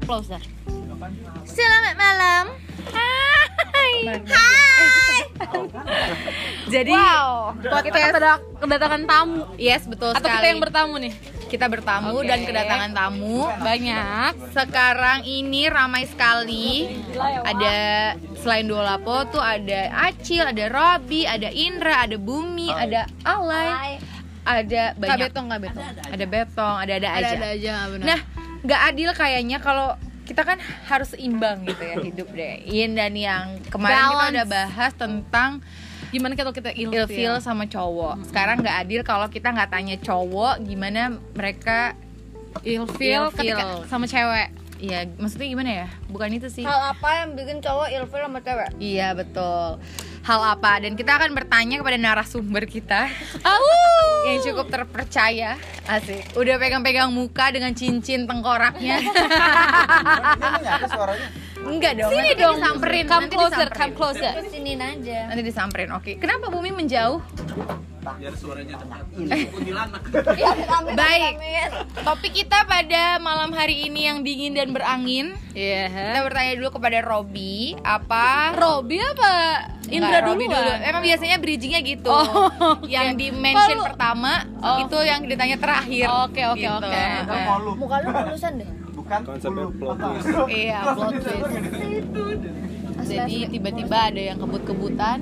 closer. Selamat malam. Hai. Jadi Kita kedatangan tamu. yes, betul Atau sekali. kita yang bertamu nih? Kita bertamu Oke. dan kedatangan tamu Banyak. sekarang ini ramai sekali. Ada selain Dolapo tuh ada Acil, ada Robi, ada Indra, ada Bumi, ada Alay, ada banyak. Ada Betong, ada aja. Ada aja, benar. Nah, nggak adil kayaknya kalau kita kan harus seimbang gitu ya hidup deh. Dan yang kemarin kita Balance. udah bahas tentang Gimana kalau kita ilfil sama cowok. Sekarang nggak adil kalau kita nggak tanya cowok gimana mereka ilfil ilfil. ketika sama cewek. Iya, maksudnya gimana ya? Bukan itu sih. Hal apa yang bikin cowok ilfil sama cewek? Iya, betul. Hal apa? Dan kita akan bertanya kepada narasumber kita yang cukup terpercaya. Asik. Udah pegang-pegang muka dengan cincin tengkoraknya. Enggak dong. Sini nanti dong, disamperin. come Nanti closer, disamperin. come closer. Kesiniin aja. Nanti disamperin. Oke. Kenapa Bumi menjauh? Biar suaranya dekat. Kuntilanak. Baik. Topik kita pada malam hari ini yang dingin dan berangin. Iya. Kita bertanya dulu kepada Robi, apa? Robi apa? Indra Enggak, Robi dulu. Emang biasanya bridgingnya gitu. Oh, oke. Yang di mention Kalau- pertama Oh. itu yang ditanya terakhir. Oke. Nah, Muka lu lulusan deh. Konsepnya plot twist. iya, plot twist. Jadi tiba-tiba ada yang kebut-kebutan.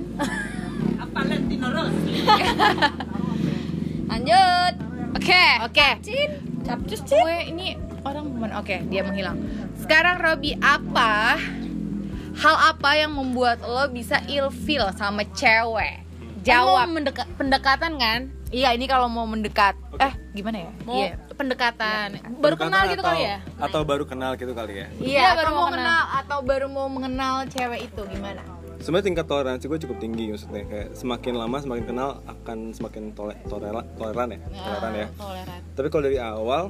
Lanjut. Oke. Capcus Gue ini orang mana? Oke, dia menghilang. Sekarang Robi, hal apa yang membuat lo bisa ilfil sama cewek? Jawab. Pendekatan kan? Iya, ini kalau mau mendekat. Gimana ya? Mau Iya. pendekatan. Baru kenal gitu kali ya? Atau baru kenal gitu kali ya. Iya, baru baru mau mau kenal atau baru mau mengenal cewek itu gimana? Sebenarnya tingkat toleransi gue cukup tinggi, maksudnya kayak semakin lama semakin kenal akan semakin toleran ya. Toleran. Tapi kalau dari awal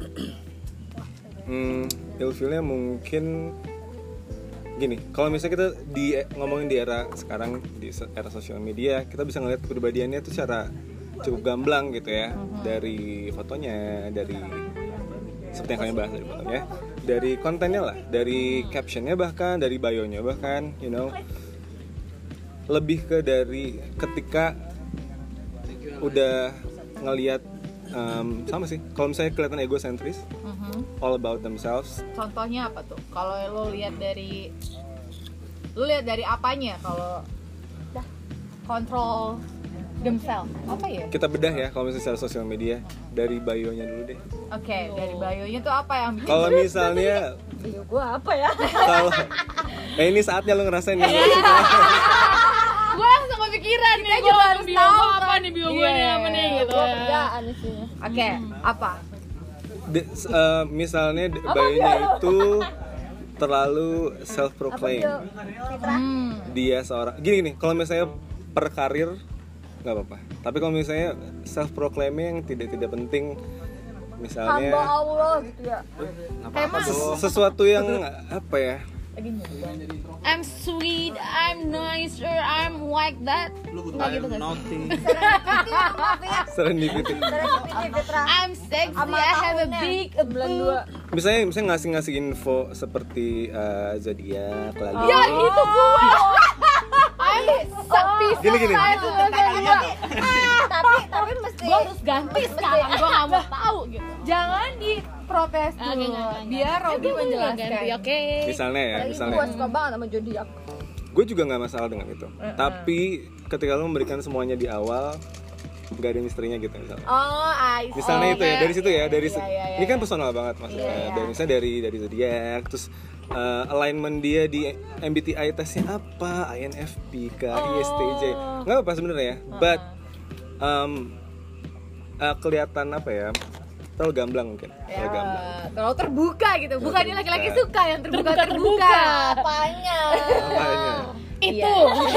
ilfilnya mungkin gini, kalau misalnya kita ngomongin di era sekarang, di era sosial media, kita bisa ngeliat kepribadiannya tuh secara cukup gamblang gitu ya. Dari fotonya, dari seperti yang kalian bahas, dari fotonya, dari kontennya lah, dari captionnya, bahkan dari bio-nya, bahkan you know, lebih ke dari ketika udah ngelihat sama sih, kalau misalnya kelihatan egosentris, all about themselves. Contohnya apa tuh? Kalau lo lihat dari apanya? Kalau control themselves apa ya? Kita bedah ya kalau misalnya secara sosial media, dari bio-nya dulu deh. Oke, dari bio-nya tuh apa yang bikin? Kalau misalnya Bio gua apa ya? kalau ini saatnya lo ngerasain nih. Gue langsung kepikiran nih, gue harus bio tahu gua apa kan. nih, bio gua nih apa nih gitu. Gua kerjaan isinya. Oke, apa? Misalnya bio-nya itu terlalu self proclaim. Dia seorang gini, kalau misalnya per karir nggak apa-apa. Tapi kalau misalnya self proclaimnya yang tidak penting, misalnya Hamba Allah gitu ya. sesuatu yang apa ya? I'm sweet, I'm nice, or I'm like that. Nggak gitu kan? Serendipity. I'm sexy, I have a big boob. Misalnya ngasih info seperti zodiak lagi. Ya itu gua. I'm sepi. Gini. Tapi mesti Gua harus ganti sekarang, gua nggak mau tahu gitu. Jangan diprotes dulu. Enggak. Biar Robi menjelaskan. Ganti, oke. Misalnya gua suka banget sama zodiak. gue juga nggak masalah dengan itu. Tapi ketika lo memberikan semuanya di awal, nggak ada misterinya gitu misalnya. Oh, I see. Misalnya itu ya, dari situ ya, dari Iya. ini kan personal banget maksudnya. Dari misalnya dari zodiak, terus alignment dia di MBTI tesnya apa, INFP kah, ISTJ, nggak apa-apa sebenarnya. But kelihatan apa ya? Terlalu gamblang mungkin. Terlalu gamblang. Terlalu terbuka gitu. Bukannya terbuka. laki-laki suka yang terbuka. Apanya? Makanya. Itu.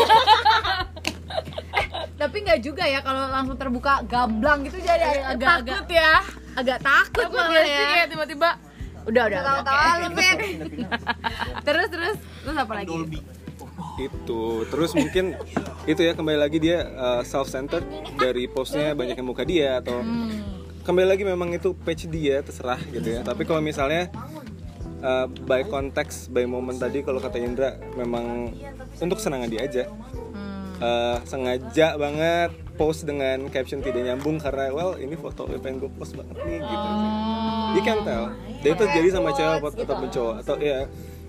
Tapi nggak juga ya kalau langsung terbuka gamblang gitu, jadi agak-agak Takut ya. agak takut Takut malah gak sih ya. kayak tiba-tiba Udah. Tahu-tahu lu, Fit. Terus apa lagi? Itu terus mungkin itu ya, kembali lagi dia self centered, dari postnya banyak yang muka dia, atau kembali lagi memang itu page dia, terserah gitu ya. Tapi kalau misalnya by konteks, by moment tadi kalau kata Indra memang untuk kesenangan dia aja. Sengaja banget post dengan caption tidak nyambung karena ini foto yang pengen gue post banget nih gitu. You can tell dia itu jadi sama cewek atau cowok atau ya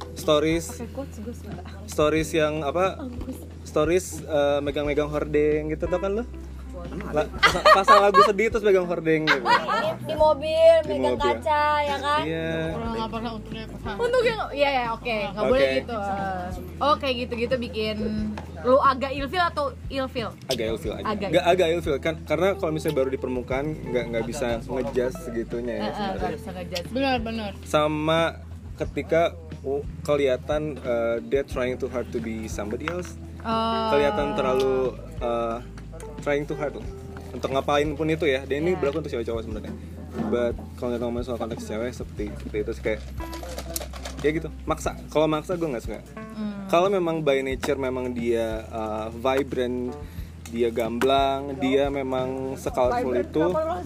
stories yang stories megang-megang hordeng gitu tau kan lo? Pasang lagu sedih terus megang hordeng gitu. Di mobil, megang kaca ya kan? Iya. Nggak pernah untuknya oke, nggak boleh gitu. Kayak gitu-gitu bikin lu agak ilfil atau ilfil? Agak ilfil aja. Agak ilfil kan karena kalau misalnya baru di permukaan nggak bisa ngejudge segitunya ya sebenarnya. Nggak bisa ngejudge. Benar. Sama ketika kelihatan dia trying too hard to be somebody else. Kelihatan terlalu trying too hard untuk ngapain pun itu ya. Dan ini berlaku untuk cewek-cowok sebenarnya. But kalau kita ngomongin soal konteks cewek seperti itu sih kayak ya gitu, maksa. Kalau maksa gue nggak suka. Kalau memang by nature memang dia vibrant, dia gamblang, dia memang se-colorful itu.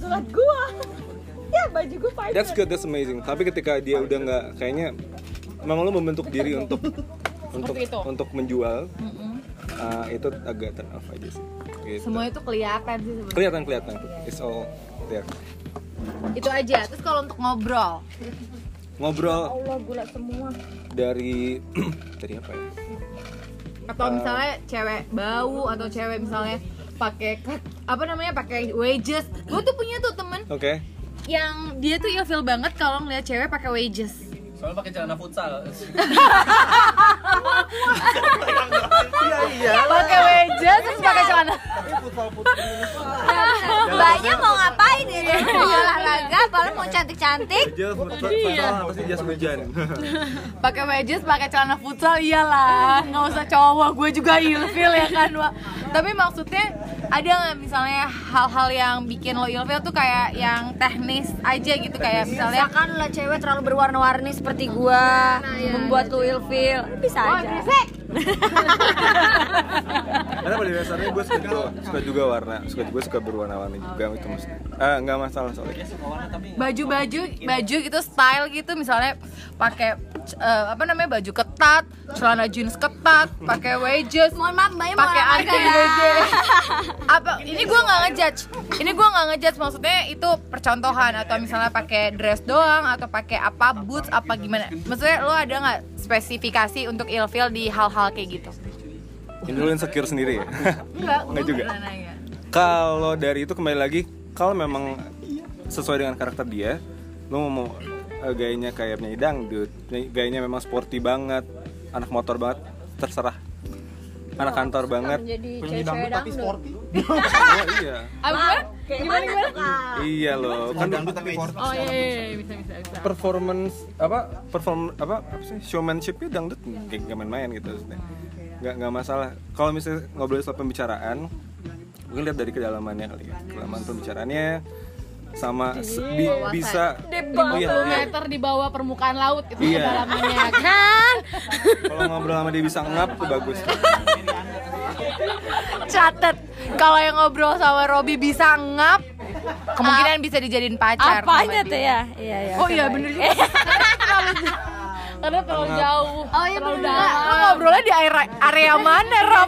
Ya baju gue vibrant. That's good, that's amazing. Tapi ketika dia udah nggak, kayaknya memang lo membentuk diri untuk menjual, itu agak turn off aja sih. Gitu. Semua itu kelihatan sih sebenarnya. Kelihatan. It's all there. Itu aja. Terus kalau untuk ngobrol Allah gula semua. dari apa ya? atau misalnya cewek bau atau cewek misalnya pakai pakai wedges. Gue tuh punya tuh temen yang dia tuh ilfil banget kalau ngeliat cewek pakai wedges. Soalnya pakai celana futsal. Iya. Pakai wedges terus pakai celana. Mbaknya mau ngapain ini? Mau olahraga, padahal mau cantik-cantik. Pasti jas hujan. Pakai wedges, pakai celana futsal iyalah. Nggak usah cowok, gue juga ilfil ya kan, Wak. Tapi maksudnya ada nggak misalnya hal-hal yang bikin lo ilfil tuh kayak yang teknis aja gitu, kayak misalnya Misalkan lah cewek terlalu berwarna-warni seperti gua, membuat lu ilfil, bisa aja. Karena pada dasarnya gue suka juga warna, gue suka berwarna-warni juga itu maksudnya. Nggak masalah soalnya. baju gitu, style gitu, misalnya pakai baju ketat, celana jeans ketat, pakai wedges, Mohon maaf mbaknya mau pakai olahraga anti ya. wedges. Ini gue nggak ngejudge, maksudnya itu percontohan, atau misalnya pakai dress doang atau pakai apa boots apa gimana. Maksudnya lo ada nggak spesifikasi untuk ilfil di hal-hal kayak gitu? Ini lu insecure sendiri ya? Enggak juga. Nanya. Kalau dari itu kembali lagi, kalau memang sesuai dengan karakter dia, lu mau gayanya kayak penyanyi dangdut, gayanya memang sporty banget, anak motor banget, terserah. Anak kantor banget. Jadi cewek tapi sporty. Oh iya. Apa? Gimana? Iya loh. Kan dangdut tapi sporty. Oh iya, bisa. performance sih, showmanshipnya dangdut gak main-main gitu maksudnya. Nggak masalah. Kalau misalnya ngobrol soal pembicaraan, mungkin lihat dari kedalamannya kali ya. Kedalaman pembicaraannya sama bisa 50 meter di bawah permukaan laut itu Iya. kedalamannya kan. Kalau ngobrol sama dia bisa ngap tuh bagus. Catet, kalau yang ngobrol sama Robby bisa ngap, kemungkinan bisa dijadiin pacar. Apanya sama tuh dia. ya? Iya. Oh iya bener juga. Karena terlalu jauh. Oh iya terlalu bener. dalam. Lo ngobrolnya di area mana, Rob?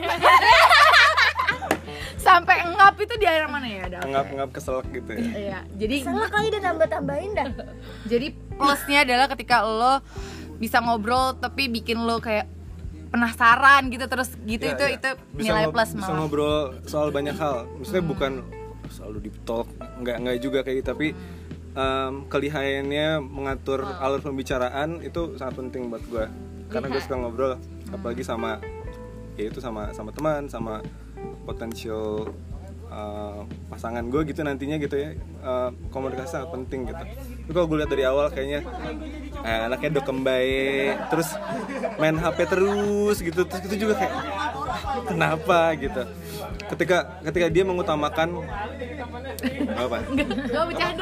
Sampai ngap itu di area mana ya? Ngap keselak gitu ya. Iya, jadi Salah kali udah tambah-tambahin dah. jadi plusnya adalah ketika lo bisa ngobrol tapi bikin lo kayak penasaran gitu terus gitu, Ya, itu bisa nilai plus bisa malah. ngobrol soal banyak hal. Maksudnya bukan selalu deep talk, enggak juga kayak gitu, tapi kelihayannya mengatur alur pembicaraan itu sangat penting buat gue. Karena gue suka ngobrol, apalagi sama teman, sama potensial pasangan gue gitu nantinya gitu ya. Komunikasi sangat penting gitu. Tapi kalau gue lihat dari awal kayaknya anaknya dokem baik, terus main HP terus gitu, terus itu juga kayak kenapa gitu. Ketika dia mengutamakan apa? Gue bercanda.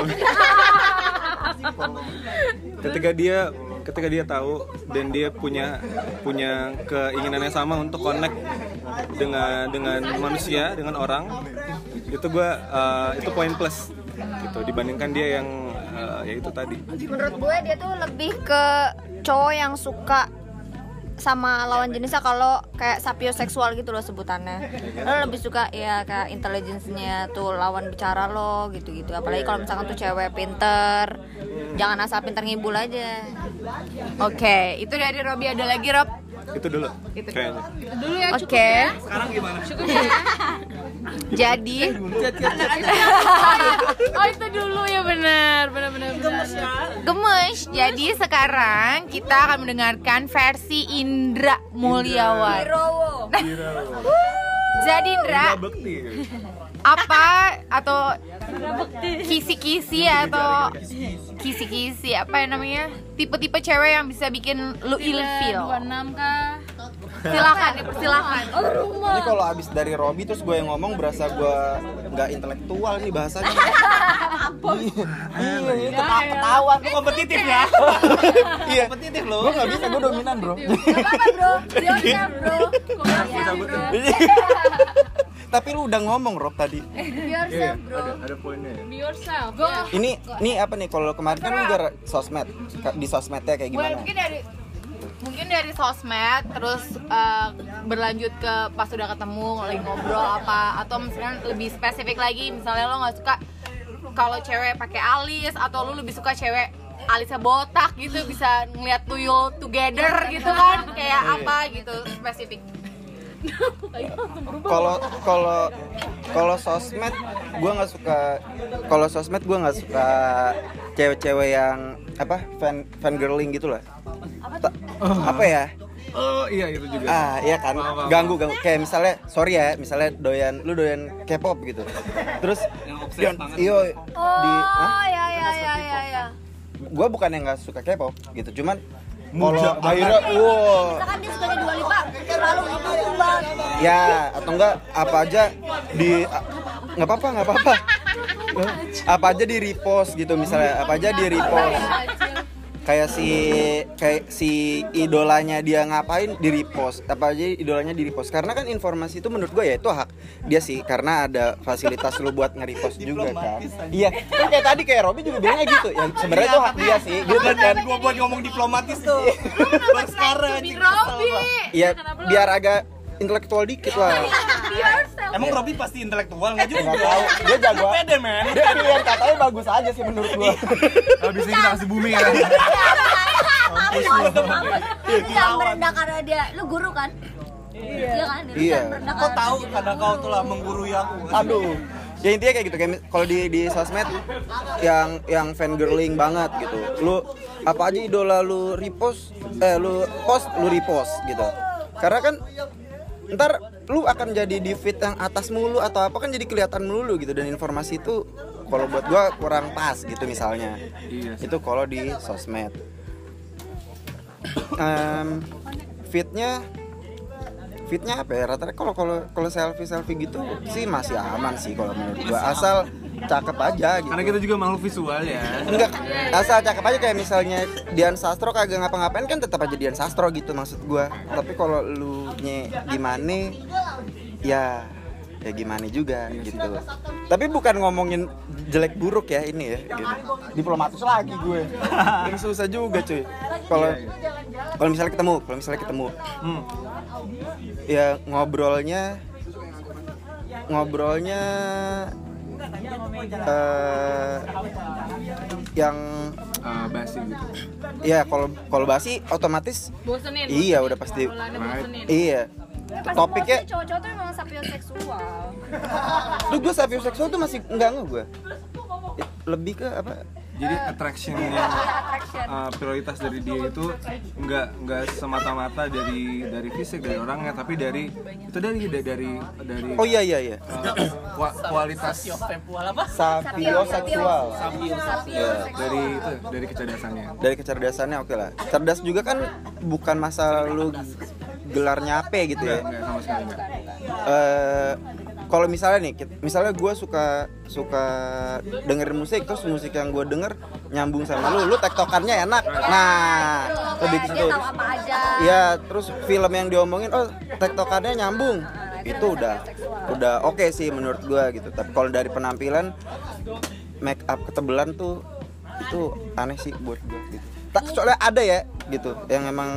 Ketika dia tahu dan dia punya keinginan yang sama untuk connect dengan manusia, dengan orang, itu poin plus gitu dibandingkan dia yang ya itu tadi. Menurut gue dia tuh lebih ke cowok yang suka sama lawan jenisnya, kalau kayak sapioseksual gitu loh sebutannya. Lo lebih suka ya kayak intelligence-nya tuh lawan bicara lo gitu-gitu. Apalagi kalau misalkan tuh cewek pinter, jangan asal pinter ngibul aja. Oke, itu dari Robi. Ada lagi, Rob? Itu dulu kayaknya. Itu dulu ya, cukup Oke. ya. Sekarang gimana? Cukup ya. Jadi oh itu dulu ya, benar. Gemes. Jadi sekarang kita akan mendengarkan versi Indra Mulyawan. Jadi Indra, apa atau kisi-kisi atau kisi-kisi apa yang namanya, tipe-tipe cewek yang bisa bikin lu ilfeel? 26 kah? Silakan, dipersilakan. Ini kalau abis dari Robi terus gue yang ngomong berasa gue nggak intelektual nih bahasanya. Iya, itu ketahuan. Lu kompetitif ya? Iya, kompetitif loh. Gue nggak bisa, gue dominan bro. Apa bro? Yourself bro. Tapi lu udah ngomong Rob tadi. Yourself bro. Ada poinnya ya. Be yourself. Ini apa nih? Kalau kemarin kan lu juga sosmed, di sosmednya kayak gimana? Mungkin dari sosmed terus berlanjut ke pas udah ketemu lagi ngobrol apa, atau misalnya lebih spesifik lagi, misalnya lo nggak suka kalau cewek pakai alis, atau lo lebih suka cewek alisnya botak gitu, bisa ngeliat tuyul together gitu kan, kayak apa gitu spesifik. Kalau sosmed gue nggak suka. Kalau sosmed gue nggak suka cewek-cewek yang apa fan girling gitu lah. Apa ya? Oh iya itu juga. Iya kan, ganggu. Kayak misalnya, sorry ya, misalnya lu doyan K-pop gitu. Terus Yang obses banget. Ya. Gue bukan yang nggak suka K-pop gitu, cuman kalau akhirnya, wow. Misalkan dia sukanya Dua Lipa, selalu itu banget. Ya, atau enggak apa aja nggak apa-apa. Apa aja di repost gitu misalnya, apa aja di repost. Kayak si idolanya dia ngapain di repost, apa aja idolanya di repost. Karena kan informasi itu menurut gue ya itu hak dia sih, karena ada fasilitas lu buat nge-repost juga kan. Iya, kan kayak tadi kayak Robi juga bilangnya gitu. Ya sebenarnya itu hak dia sih, gitu kan. Gua buat ngomong diplomatis tuh. Baru sekarang anjing. Iya, biar agak intelektual dikit lah. Emang Robi pasti intelektual nggak juga? Nggak tahu, dia jago. Pede men. Dia pilihan katanya bagus aja sih menurut gua. Habis ini kita kasih bumi ya. Lu jangan merendah karena dia, lu guru kan? Iya kan? Lu Iya. jangan merendah Kau tahu karena kau telah menggurui aku. Aduh. Ya intinya kayak gitu, kayak kalau di sosmed yang fangirling banget gitu. Lu apa aja idola lu repost, lu post, lu repost gitu. Karena kan ntar lu akan jadi di feed yang atas mulu atau apa kan jadi kelihatan mulu gitu, dan informasi itu kalau buat gua kurang pas gitu misalnya. Iya sih. Itu kalau di sosmed. Feednya apa ya, rata-rata kalau selfie gitu sih masih aman sih kalau menurut gua, asal cakep aja gitu. Karena kita juga makhluk visual ya. Enggak, asal cakep aja, kayak misalnya Dian Sastro kagak ngapa-ngapain kan tetap aja Dian Sastro gitu maksud gua. Tapi kalau lu gimana ya gimana juga gitu. Tapi bukan ngomongin jelek buruk ya ini ya gitu. Diplomatis lagi gue. Ini susah juga cuy. Kalau misalnya ketemu. Ya ngobrolnya yang Basi gitu. ya kalau basi otomatis Bosenin. iya udah pasti. Bosenin. Iya. Topiknya cowok-cowok tuh emang sapioseksual. tuh gue sapioseksual tuh masih enggak gue. Lebih ke apa? Jadi attractionnya, prioritas dari dia itu nggak semata-mata dari fisik dari orangnya, tapi dari Oh iya. kualitas Sapioseksual. ya, dari kecerdasannya. Dari kecerdasannya oke lah. Cerdas juga kan bukan masalah lu gelarnya apa gitu ya. Enggak sama sekali enggak. Kalau misalnya gue suka dengerin musik, terus musik yang gue denger nyambung sama lu tektokannya enak. Nah, lebih ke situ. Dia tahu apa aja. Ya, terus film yang diomongin, tektokannya nyambung. Itu udah oke sih menurut gue gitu. Tapi kalau dari penampilan, make up ketebelan tuh Itu aneh sih buat gue gitu. Soalnya ada ya gitu yang emang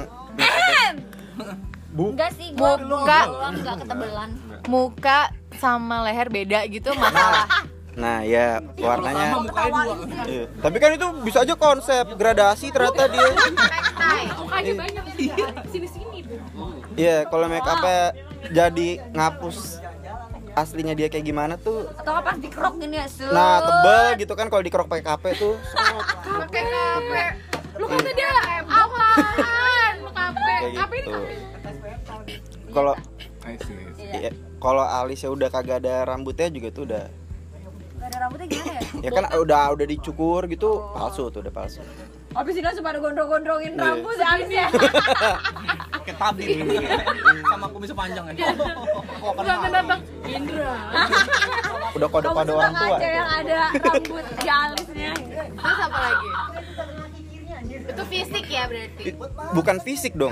Enggak sih, gua enggak ketebelan. Muka sama leher beda gitu masalah. Nah ya warnanya iya. Tapi kan itu bisa aja konsep gradasi ternyata dia. Mukanya banyak sini-sini tuh. Iya kalau make up-nya jadi ngapus aslinya dia kayak gimana tuh. Atau apa pas dikerok gini ya. Nah tebel gitu kan kalau dikerok pakai KP tuh. Pakai KP. Lu kata dia apaan? KP Kayak gitu. Kalau I see. iya, kalau alisnya udah kagak ada rambutnya juga tuh udah. Gak ada rambutnya gimana ya? Ya kan udah dicukur gitu palsu tuh udah palsu. Habis ini langsung pada gondrong-gondrongin rambut si Alis ya. Pakai tabir sama kumis panjang kan. datang Indra. Udah kode-kode orang tua. Aja yang ada rambut di alisnya. Terus apa lagi? Itu fisik ya berarti. Bukan fisik dong.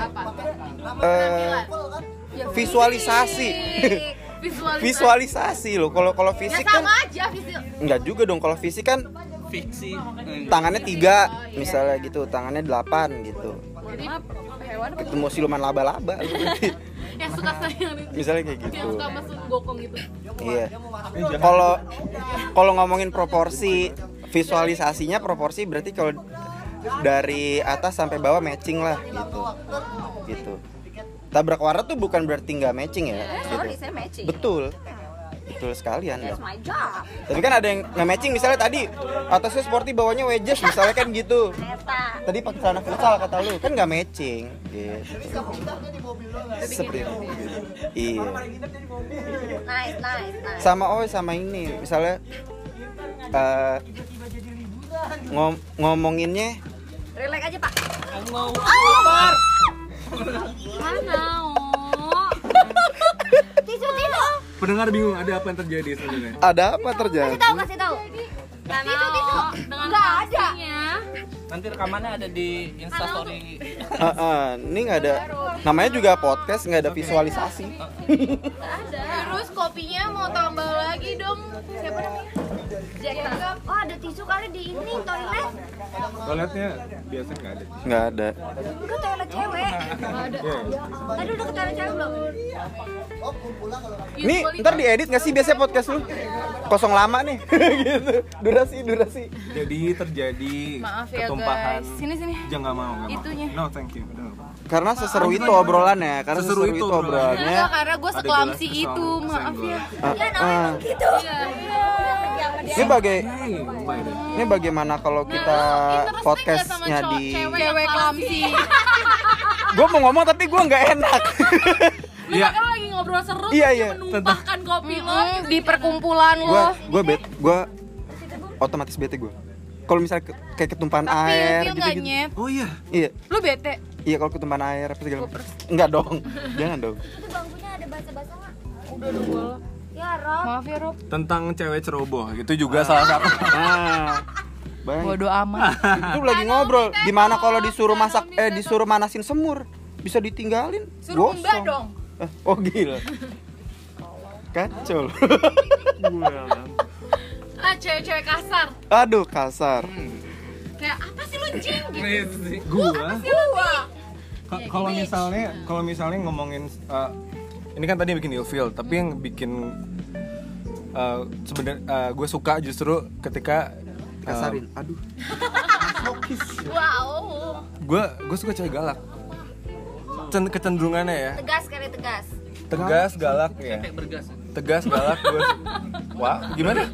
Ya, Visualisasi. Visualisasi loh. Kalau fisik kan sama aja fisik. enggak juga dong. Kalau fisik kan Fiksi. tangannya 3 misalnya gitu, tangannya 8 gitu. Jadi hewan Ketemu siluman laba-laba berarti. yang suka sayang Misalnya kayak yang gitu. suka masuk gokong gitu. Iya. Kalau ngomongin proporsi, visualisasinya proporsi berarti kalau dari atas sampai bawah matching lah gitu. Gitu. Tabrak warna tuh bukan berarti nggak matching ya. Sorry, Gitu. saya matching. Betul. Betul sekali Anda. That's my job. Tapi kan ada yang nggak matching misalnya tadi atasnya sporty bawahnya wedges misalnya kan gitu. Eta. Tadi pakai celana futsal kata lu kan nggak matching gitu. Seperti itu. Iya. Nice. Sama ini misalnya ngomonginnya Relax aja, Pak. Mana? Tisu. Pendengar bingung ada apa yang terjadi sebenarnya? ada apa terjadi? Kasih tahu. Tisu. Dengan Nggak ada. Nanti rekamannya ada di Instastory. Ini nggak ada. Namanya juga podcast nggak ada visualisasi. Terus kopinya mau tambah lagi dong. Siapa namanya? Jack. Oh, ada tisu kali di ini toilet. Toiletnya biasa nggak ada. Nggak ada. Enggak toilet cewek. Iya. Tadi udah ke toilet cewek belum? Nih ntar diedit nggak sih biasanya podcast lu? Kosong lama nih. Gitu. Durasi. Jadi terjadi Maaf ya ketumpahan. guys. Sini. Jangan nggak mau. Itunya. No, thank you. Udah nggak mau. Karena seseru itu obrolannya. Karena Seseru seseru itu itu obrolannya. Enggak, karena gue Ada seklamsi gelas itu, kesal, maaf ya. Gitu. Ini bagaimana kalau kita podcastnya di Cewek klamsi. Gue mau ngomong tapi gue nggak enak. Lu kan lagi ngobrol seru Iya, terus iya. dia menumpahkan kopi lo. Di perkumpulan lo. gue otomatis bete gue. Kalau misalnya kayak ketumpahan Tapi air Feel nggak gitu. nyet. Oh iya. Iya, Lu bete. iya kalau ketumpahan air apa segala macam. Enggak dong. Jangan dong. Itu bangkunya ada bahasa-bahasa enggak? Udah. Ya, Rob. Maaf ya Rob. Tentang cewek ceroboh itu juga salah satu. Nah. Banyak. Bodoh amat. Itu lagi ngobrol. Gimana kalau disuruh masak disuruh manasin semur? Bisa ditinggalin? Suruh Mbak Gosong. dong. Oh gila. Kacau. Cewek-cewek kasar. Aduh kasar. Kayak apa sih lu jing gitu. Gua Gua. kalau misalnya ngomongin ini kan tadi yang bikin ilfeel, tapi yang bikin sebenarnya gue suka justru ketika Kasarin. Aduh. Wow. gue suka cewek galak. Kecenderungannya ya. Tegas, galak ya. Kayak bergas. Tegas, galak gue. Wah, gimana?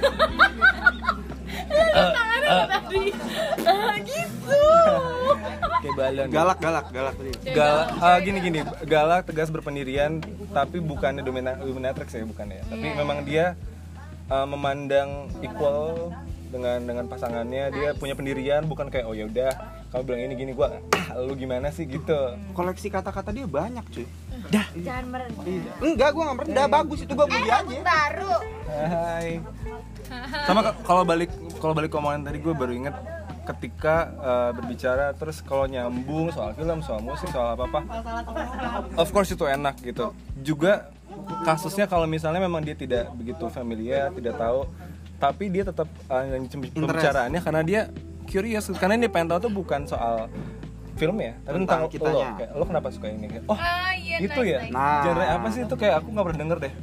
Gitu. Kayak balon. Galak tadi. Gini galak, tegas, berpendirian, tapi bukannya dominatrix ya, bukan ya. Tapi memang dia memandang equal dengan pasangannya. Dia punya pendirian, bukan kayak oh ya udah kamu bilang ini gini gua lu gimana sih gitu. Koleksi kata-kata dia banyak cuy. Jangan merendah. Enggak, gua nggak merendah, bagus itu gua puji aja. Baru. Hai. Sama kalau balik ke omongan tadi gue baru inget ketika berbicara terus kalau nyambung soal film, soal musik, soal apa-apa. Of course itu enak gitu. Juga kasusnya kalau misalnya memang dia tidak begitu familiar, tidak tahu, tapi dia tetap pembicaraannya karena dia curious karena ini pengen tahu tuh bukan soal film ya, tapi tentang kitanya. Kayak, lo kenapa suka ini? Kayak, oh iya, itu nice, ya, nice. Nah. genre apa sih itu kayak aku nggak pernah denger deh.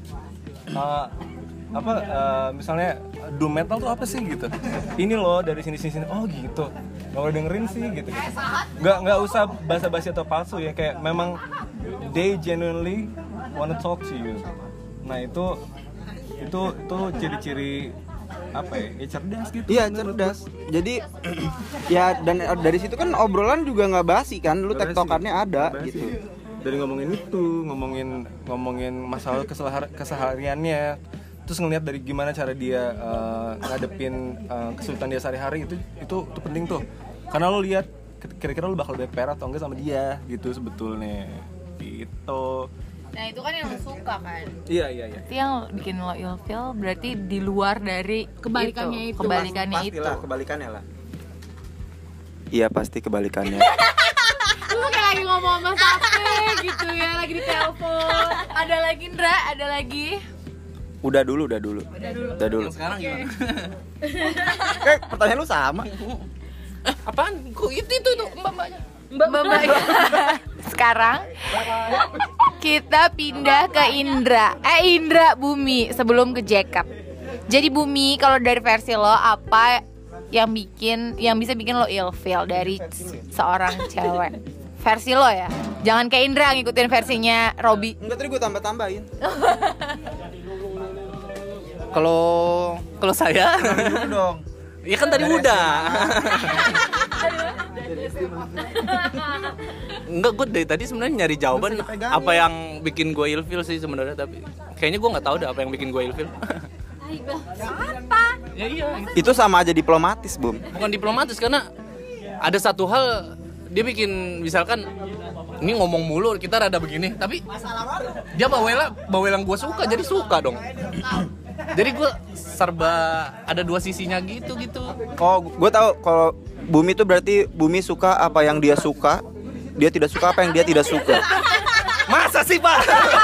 Misalnya doom metal tuh apa sih gitu? Ini loh dari sini, oh gitu. Nggak pernah dengerin sih gitu. Nggak usah basa-basi atau palsu ya, kayak memang they genuinely wanna talk to you. Nah itu ciri-ciri apa ya cerdas gitu. Iya cerdas. Jadi ya dan dari situ kan obrolan juga nggak basi kan, lu tektokannya ada gitu. Dari ngomongin itu, ngomongin masalah kesehariannya, terus ngelihat dari gimana cara dia ngadepin kesulitan dia sehari-hari itu penting tuh. Karena lo lihat kira-kira lo bakal BPR atau enggak sama dia gitu sebetulnya. Gitu. Nah itu kan yang lo suka kan. Iya. Itu yang bikin lo ilfeel berarti di luar dari Kebalikannya itu. Kebalikannya itu. Pastilah kebalikannya lah. Iya pasti kebalikannya. Lu kayak lagi ngomong sama Sape gitu ya, lagi di telepon. Ada lagi Ndra, ada lagi. Udah dulu. Sekarang gimana? Pertanyaan lu sama. Apaan? Kok itu mbak-mbaknya? Mbak. Sekarang kita pindah ke Indra Bumi sebelum ke Jacob. Jadi Bumi, kalau dari versi lo apa yang bisa bikin lo ilfeel dari seorang cewek? Versi lo ya. Jangan kayak Indra ngikutin versinya Robby. Enggak, tadi gue tambahin. Kalau saya Dulu dong. ya kan tadi udah. Enggak, gue dari tadi sebenarnya nyari jawaban apa yang bikin gue ilfeel sih sebenarnya, tapi kayaknya gue nggak tahu deh apa yang bikin gue ilfeel. Apa? Ya iya. Itu sama aja diplomatis, Bum. Bukan diplomatis karena ada satu hal dia bikin, misalkan ini ngomong mulu kita rada begini, tapi dia bawelang gue suka, jadi suka dong. Jadi gue serba ada dua sisinya gitu. Oh, gue tahu kalau Bumi itu berarti Bumi suka apa yang dia suka, dia tidak suka apa yang dia tidak suka. Masa sih, Pak?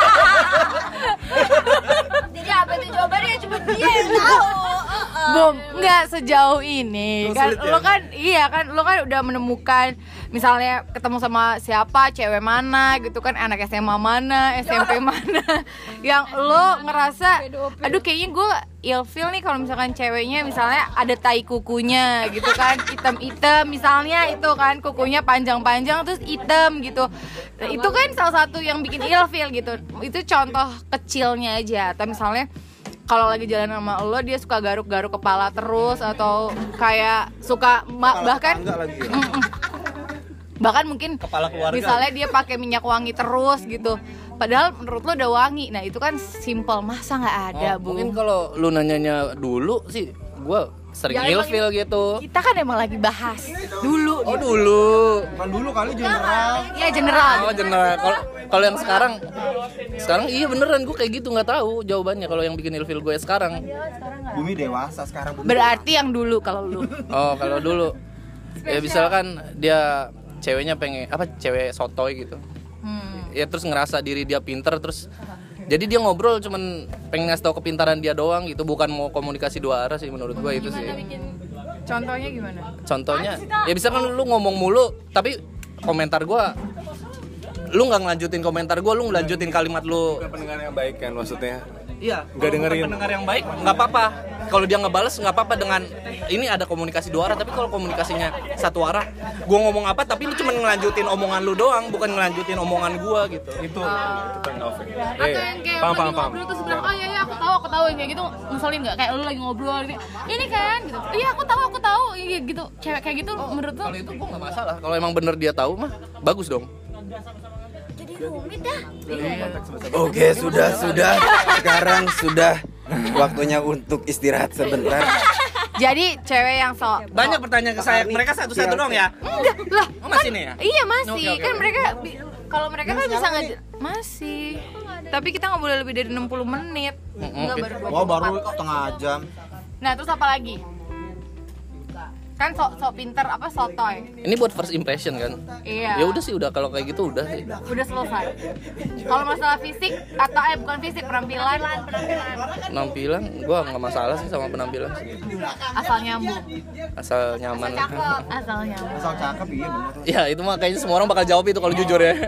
Jadi apa tuh jawabannya? Cuma dia yang tahu. Bum, nggak sejauh ini kan sulit ya? lo kan udah menemukan misalnya ketemu sama siapa, cewek mana gitu kan, anak SMA mana, SMP mana yang lo ngerasa aduh kayaknya gue ilfeel nih kalau misalkan ceweknya misalnya ada tai kukunya gitu kan, hitam misalnya, itu kan kukunya panjang terus hitam gitu. Nah, itu kan salah satu yang bikin ilfeel gitu. Itu contoh kecilnya aja. Atau misalnya kalau lagi jalan sama lo dia suka garuk-garuk kepala terus, atau kayak suka bahkan mungkin Kepala keluarga. misalnya dia pakai minyak wangi terus gitu, padahal menurut lo udah wangi. Nah itu kan simple, masa nggak ada Bu? Mungkin kalau lu nanyanya dulu sih gue sering Ya, ilfeel gitu. Kita kan emang lagi bahas dulu. Oh dulu. Kan dulu kali general. Ya general. Oh general. Kalau yang sekarang iya beneran gue kayak gitu, nggak tahu jawabannya kalau yang bikin ilfeel gue sekarang. Bumi dewasa sekarang. Bumi Berarti yang dulu kalau lu. Oh kalau dulu ya misalkan dia ceweknya pengen cewek sotoy gitu. Ya terus ngerasa diri dia pinter, terus jadi dia ngobrol cuman pengen ngasih tau kepintaran dia doang gitu, bukan mau komunikasi dua arah sih menurut gue itu sih. Contohnya gimana? Contohnya ya misalkan lu ngomong mulu tapi komentar gue lu nggak ngelanjutin komentar gue, lu ngelanjutin kalimat lu. Bukan pendengar yang baik kan maksudnya. Iya, Nggak dengerin. pendengar yang baik nggak apa-apa. Kalau dia ngebales nggak apa-apa, dengan ini ada komunikasi dua arah. Tapi kalau komunikasinya satu arah, gue ngomong apa tapi lu cuma ngelanjutin omongan lu doang, bukan ngelanjutin omongan gue gitu. Itu turn off ya. Atau yang kayak lagi ngobrol terus bilang, oh iya aku tahu yang kayak gitu, ngeselin nggak? Kayak lu lagi ngobrol gitu, ini kan gitu, iya aku tahu iya gitu. Cewek kayak gitu menurut lu? Kalau itu gue nggak masalah. Kalau emang bener dia tahu mah bagus dong. Jadi rumit dah. Oke, sudah. Sekarang sudah waktunya untuk istirahat sebentar. Jadi cewek yang sok Banyak pertanyaan ke saya. Mereka satu-satu dong ya. enggak lah. Oh, masih nih ya? Iya masih. Oke. Kan mereka kalau mereka kan bisa masih. Tapi kita nggak boleh lebih dari 60 menit. Enggak baru 24. Wah, baru setengah jam. Nah, terus apa lagi? kan sok pinter apa sotoy. Ini buat first impression kan. Iya. Ya udah sih, udah kalau kayak gitu udah sih. Udah selesai. Kalau masalah fisik atau bukan fisik, penampilan. Penampilan gua nggak masalah sih sama penampilan sih. Asal nyambung. Asal nyaman. Asal nyambung. Asal cakep iya bener. Ya itu mah kayaknya semua orang bakal jawab itu kalau jujur ya.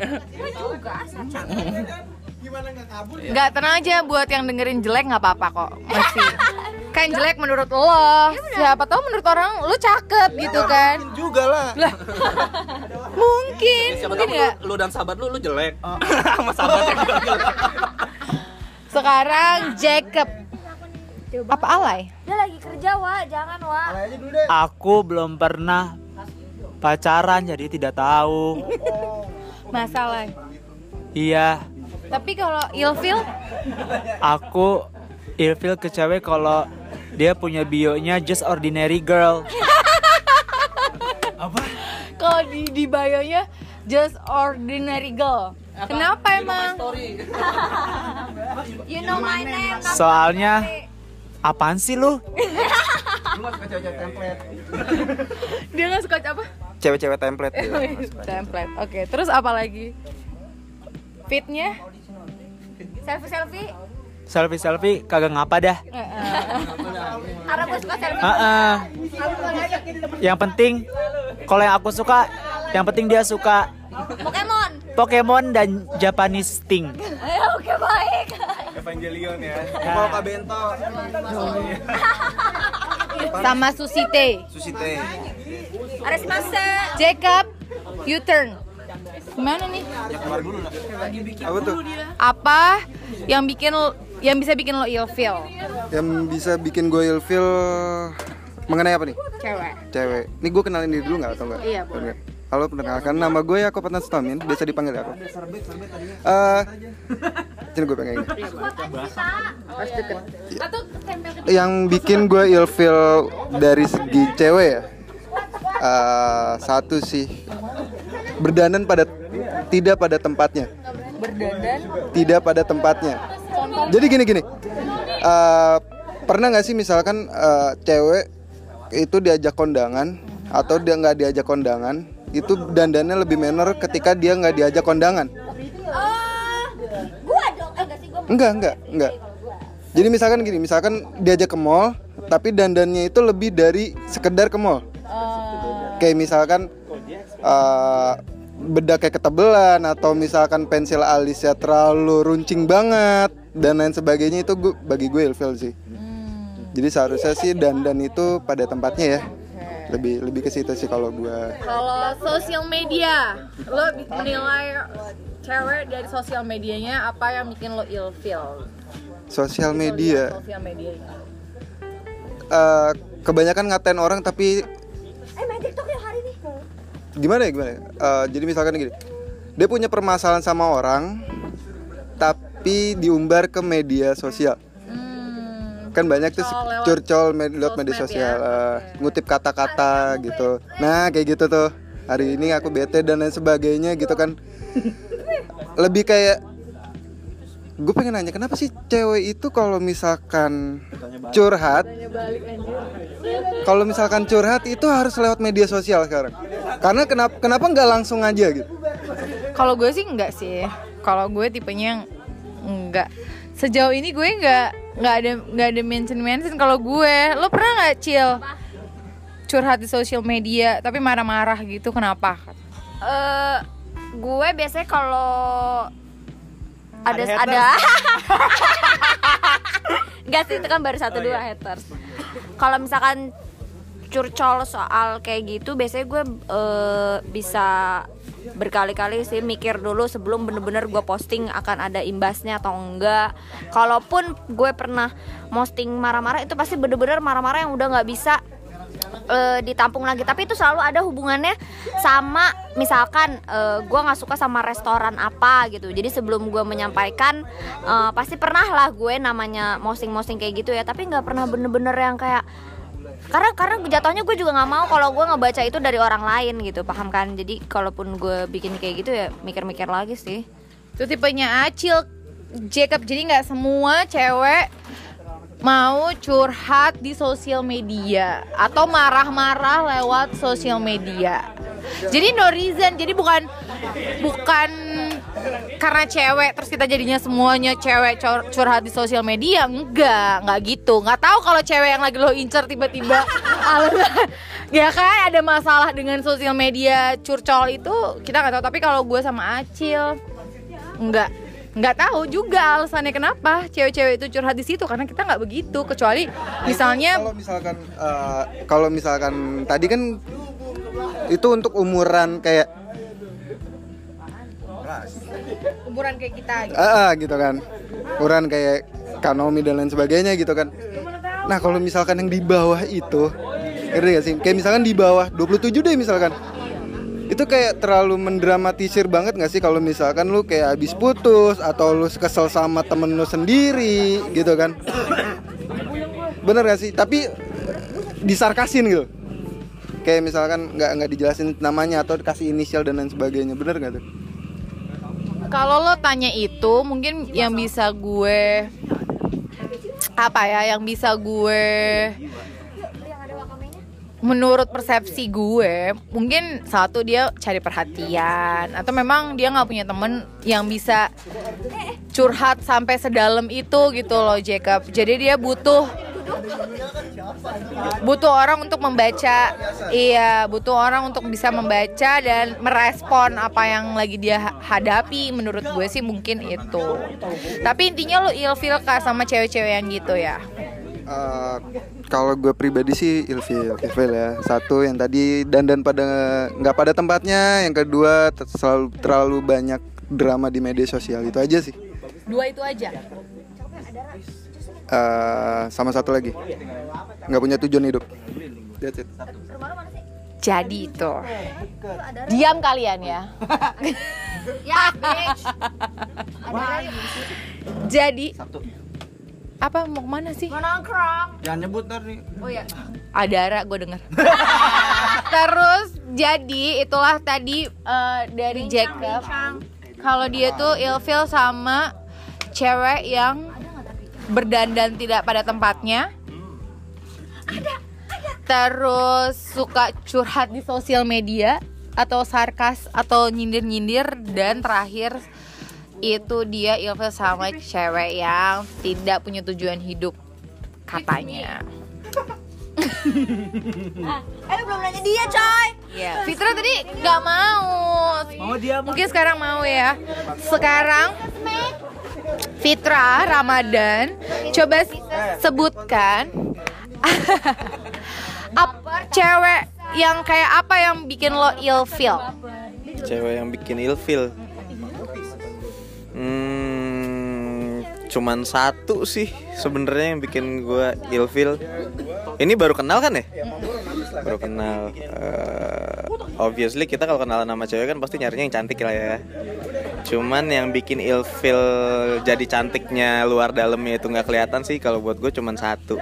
Nggak, tenang aja, buat yang dengerin jelek nggak apa-apa kok. Masih kan jelek menurut lo, siapa tahu menurut orang lo cakep gitu kan. Juga lah. Mungkin Siapa mungkin tahu ya. lu dan sahabat lu jelek. Sama sahabatnya juga jelek. Sekarang Jacob apa alay? Dia lagi kerja, Wak. Jangan, Wak. Aku belum pernah pacaran jadi tidak tahu. Masalah. Iya, Tapi kalau ilfil, aku ilfil ke cewek kalau dia punya bionya just ordinary girl. kalau di bio-nya just ordinary girl. Kenapa emang? You know my name. Soalnya apaan sih lu? Dia nggak suka apa? Cewek-cewek template ya. Template. Oke, terus apa lagi? Fitnya? Selfie. Selfie kagak ngapa dah. Karena gue suka selfie. Yang penting kalau yang aku suka, yang penting dia suka Pokemon dan Japanese Sting. Oke, baik. Evangelion ya. Mau Kak Bento. Sama Susite. Susite. Aresmase. Jacob, U-turn. Gimana nih? Apa tuh? Apa yang bisa bikin lo ilfeel? Yang bisa bikin gue ilfeel mengenai apa nih? Cewek. Ini gue kenalin diri dulu nggak atau nggak? Iya, boleh. Halo, perkenalkan nama gue Yaakob Adnan Stomin, biasa dipanggil Yaakob. Sini gue pengen ini. Yang bikin gue ilfeel dari segi cewek ya, satu sih berdandan tidak pada tempatnya. Tidak pada tempatnya. Jadi gini. Pernah nggak sih misalkan cewek itu diajak kondangan atau dia nggak diajak kondangan, itu dandannya lebih manner ketika dia nggak diajak kondangan. Gua dong, enggak sih gua. Enggak. Jadi misalkan diajak ke mall, tapi dandannya itu lebih dari sekedar ke mall. Kayak misalkan bedak kayak ketebelan, atau misalkan pensil alisnya terlalu runcing banget dan lain sebagainya, itu bagi gue ilfeel sih. Jadi seharusnya sih dandan itu pada tempatnya ya. Lebih ke situ sih kalau gue. Kalau sosial media, lo menilai cewek dari sosial medianya, apa yang bikin lo ilfeel? Sosial media. Sosial medianya. Kebanyakan ngatain orang tapi Main TikTok ya hari ini. gimana ya? Jadi misalkan gini, dia punya permasalahan sama orang tapi diumbar ke media sosial. Kan banyak tuh curcol lewat media sosial, ngutip kata-kata gitu. Nah kayak gitu tuh, hari ini aku bete dan lain sebagainya gitu kan. Lebih kayak gue pengen nanya, kenapa sih cewek itu kalau misalkan curhat, itu harus lewat media sosial sekarang? Karena kenapa nggak langsung aja gitu? Kalau gue sih enggak sih. Kalau gue tipenya enggak. Sejauh ini gue nggak ada mention kalau gue. Lo pernah nggak Cil curhat di sosial media tapi marah-marah gitu, kenapa? Gue biasanya kalau ada enggak sih, itu kan baru 1-2 haters. Kalau misalkan curcol soal kayak gitu, biasanya gue bisa berkali-kali sih mikir dulu sebelum bener-bener gue posting akan ada imbasnya atau enggak. Kalaupun gue pernah posting marah-marah, itu pasti bener-bener marah-marah yang udah nggak bisa ditampung lagi. Tapi itu selalu ada hubungannya sama misalkan gue nggak suka sama restoran apa gitu. Jadi sebelum gue menyampaikan, pasti pernah lah gue namanya posting kayak gitu ya. Tapi nggak pernah bener-bener yang kayak, karena jatuhnya gue juga nggak mau kalau gue ngebaca itu dari orang lain gitu, paham kan? Jadi kalaupun gue bikin kayak gitu ya mikir-mikir lagi sih. Itu tipenya Acil, Jacob. Jadi nggak semua cewek mau curhat di sosial media atau marah-marah lewat sosial media. Jadi no reason, jadi bukan karena cewek terus kita jadinya semuanya cewek curhat di sosial media, enggak gitu. Nggak tahu kalau cewek yang lagi lo incer tiba-tiba ya kan ada masalah dengan sosial media curcol itu kita nggak tahu. Tapi kalau gue sama Acil nggak tahu juga alasannya kenapa cewek-cewek itu curhat di situ, karena kita nggak begitu, kecuali misalnya kalau misalkan tadi kan itu untuk umuran kayak kita gitu. Gitu kan. Umuran kayak Kanomi dan lain sebagainya gitu kan. Nah, kalau misalkan yang di bawah itu, ngerti gak sih? Kayak misalkan di bawah 27 deh misalkan. Itu kayak terlalu mendramatisir banget gak sih kalau misalkan lu kayak habis putus atau lu kesel sama temen lu sendiri gitu kan. Bener gak sih? Tapi disarkasin gitu. Kayak misalkan nggak dijelasin namanya atau kasih inisial dan lain sebagainya. Bener gak tuh? Kalau lo tanya itu, mungkin yang bisa gue menurut persepsi gue, mungkin satu dia cari perhatian, atau memang dia nggak punya temen yang bisa curhat sampai sedalam itu gitu loh Jacob. Jadi dia butuh orang untuk membaca, butuh orang untuk bisa membaca dan merespon apa yang lagi dia hadapi. Menurut gue sih mungkin itu. Tapi intinya lo ilfil kah sama cewek-cewek yang gitu ya? Kalau gue pribadi sih ilfil ya. Satu yang tadi dandan pada nggak pada tempatnya, yang kedua terlalu banyak drama di media sosial, itu aja sih. Dua itu aja. Sama satu lagi, nggak punya tujuan hidup. That's it. Jadi itu diam kalian ya. Ya, bitch. Jadi apa mau kemana sih? Mau nongkrong. Jangan nyebut ntar nih. Oh ya. Adara gue denger. Terus jadi itulah tadi dari Jacob. Kalau dia tuh ilfil sama cewek yang berdandan tidak pada tempatnya. Terus suka curhat di sosial media atau sarkas atau nyindir-nyindir, dan terakhir itu dia ilfil sama cewek yang tidak punya tujuan hidup katanya. Belum nanya dia, coy. Ya, Fitra tadi nggak mau. Mungkin sekarang mau ya. Sekarang Fitra Ramadan, coba sebutkan cewek yang kayak apa yang bikin lo ilfil? Cewek yang bikin ilfil, cuman satu sih sebenarnya yang bikin gue ilfil. Ini baru kenal kan ya? Baru kenal. Obviously kita kalau kenalan sama cewek kan pasti nyarinya yang cantik lah ya. Cuman yang bikin ilfil jadi cantiknya luar dalamnya itu nggak kelihatan sih, kalau buat gue cuman satu.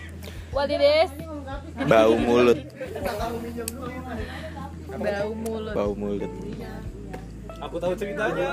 Bau mulut. Bau mulut. Aku tahu ceritanya.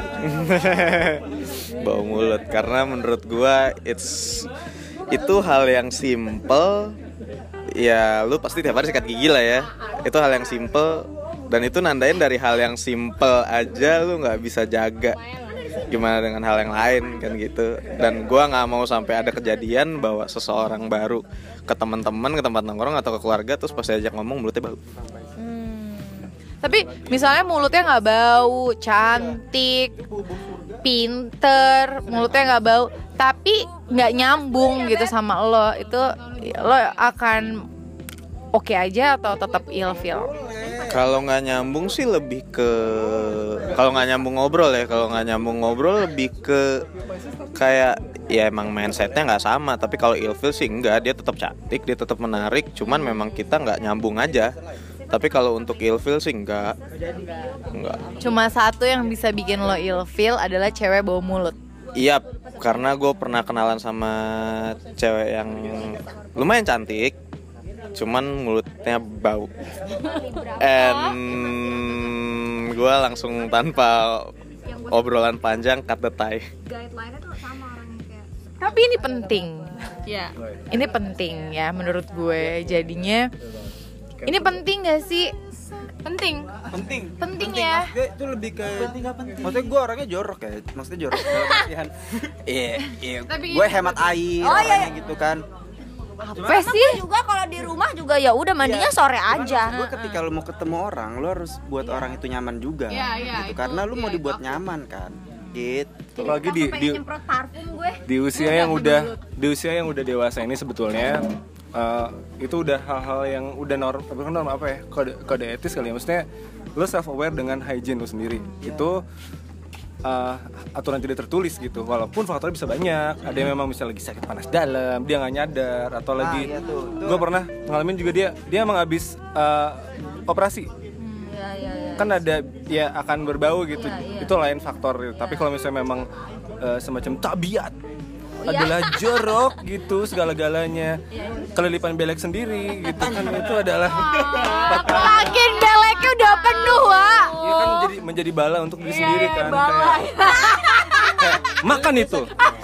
Bau mulut, karena menurut gua itu hal yang simple. Ya lu pasti tiap hari sikat gigi lah ya. Itu hal yang simple, dan itu nandain dari hal yang simple aja lu nggak bisa jaga, gimana dengan hal yang lain kan gitu. Dan gua nggak mau sampai ada kejadian bahwa seseorang baru ke teman-teman, ke tempat nongkrong atau ke keluarga, terus pas diajak ngomong mulutnya bau. Tapi misalnya mulutnya nggak bau, cantik, pinter, mulutnya nggak bau, tapi nggak nyambung gitu sama lo, itu lo akan oke aja atau tetap ilfil? Kalau nggak nyambung sih lebih ke, kalau nggak nyambung ngobrol ya, kalau nggak nyambung ngobrol lebih ke kayak ya emang mindsetnya nggak sama. Tapi kalau ilfil sih enggak, dia tetap cantik, dia tetap menarik, cuman memang kita nggak nyambung aja. Tapi kalau untuk ilfil sih enggak. Cuma satu yang bisa bikin lo ilfil adalah cewek bau mulut. Iya, karena gue pernah kenalan sama cewek yang lumayan cantik, cuman mulutnya bau. And gue langsung tanpa obrolan panjang cut the tie. Tapi ini penting. Ya. Ini penting ya menurut gue. Jadinya ini penting gak sih? Penting ya. Maksudnya itu lebih ke maksudnya gue orangnya jorok ya, maksudnya jorok dalam artian iya gue hemat air orangnya gitu kan. Apa sih? Juga kalau di rumah juga ya udah mandinya sore aja. Gue ketika lu mau ketemu orang, lu harus buat orang itu nyaman juga gitu, karena lu mau dibuat nyaman kan gitu. Apalagi nyemprot parfum gue. di usia yang udah dewasa ini sebetulnya itu udah hal-hal yang udah bukan norm apa ya, kode etis kali ya, maksudnya lo self aware dengan hygiene lo sendiri. Itu aturan tidak tertulis gitu, walaupun faktornya bisa banyak. Ada yang memang misalnya lagi sakit panas dalam, dia nggak nyadar, atau lagi gue pernah ngalamin juga, dia emang habis operasi. Kan ada ya akan berbau gitu, itu lain faktor. Tapi kalau misalnya memang semacam tabiat adalah jorok gitu segala-galanya, kelilipan belek sendiri gitu kan, itu adalah Makin beleknya udah penuh, Wak. ya kan menjadi bala untuk diri sendiri kan, kayak makan itu.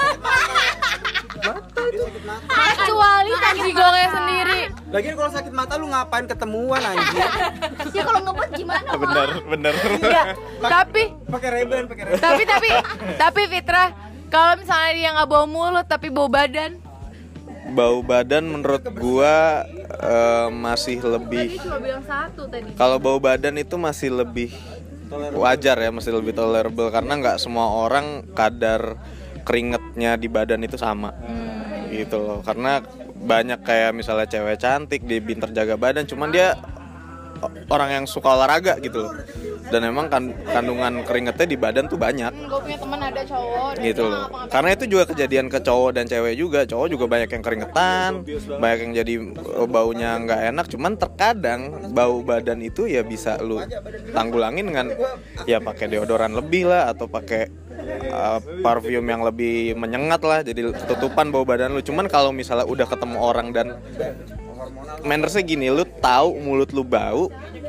Kecuali sakit gongnya sendiri. Lagian kalau sakit mata lu ngapain ketemuan anjir? Ya kalau ngebut gimana? Bener. Tapi Pakai reben. tapi Fitra, kalau misalnya dia nggak bau mulut tapi bau badan, Bau badan menurut gua masih lebih. cuma bilang satu tadi. Kalau bau badan itu masih lebih wajar ya, masih lebih tolerable, karena nggak semua orang kadar keringetnya di badan itu sama gitu loh. Karena banyak kayak misalnya cewek cantik, dia pinter jaga badan, cuman dia orang yang suka olahraga gitu loh, dan emang kandungan keringetnya di badan tuh banyak. Gue punya teman ada cowok Gitu loh. Karena itu juga kejadian ke cowok dan cewek juga. Cowok juga banyak yang keringetan, banyak yang jadi baunya nggak enak. Cuman terkadang bau badan itu ya bisa lu tanggulangin dengan ya pakai deodoran lebih lah, atau pakai parfum yang lebih menyengat lah, jadi ketutupan bau badan lu. Cuman kalau misalnya udah ketemu orang dan mannersnya gini, lu tahu mulut lu bau,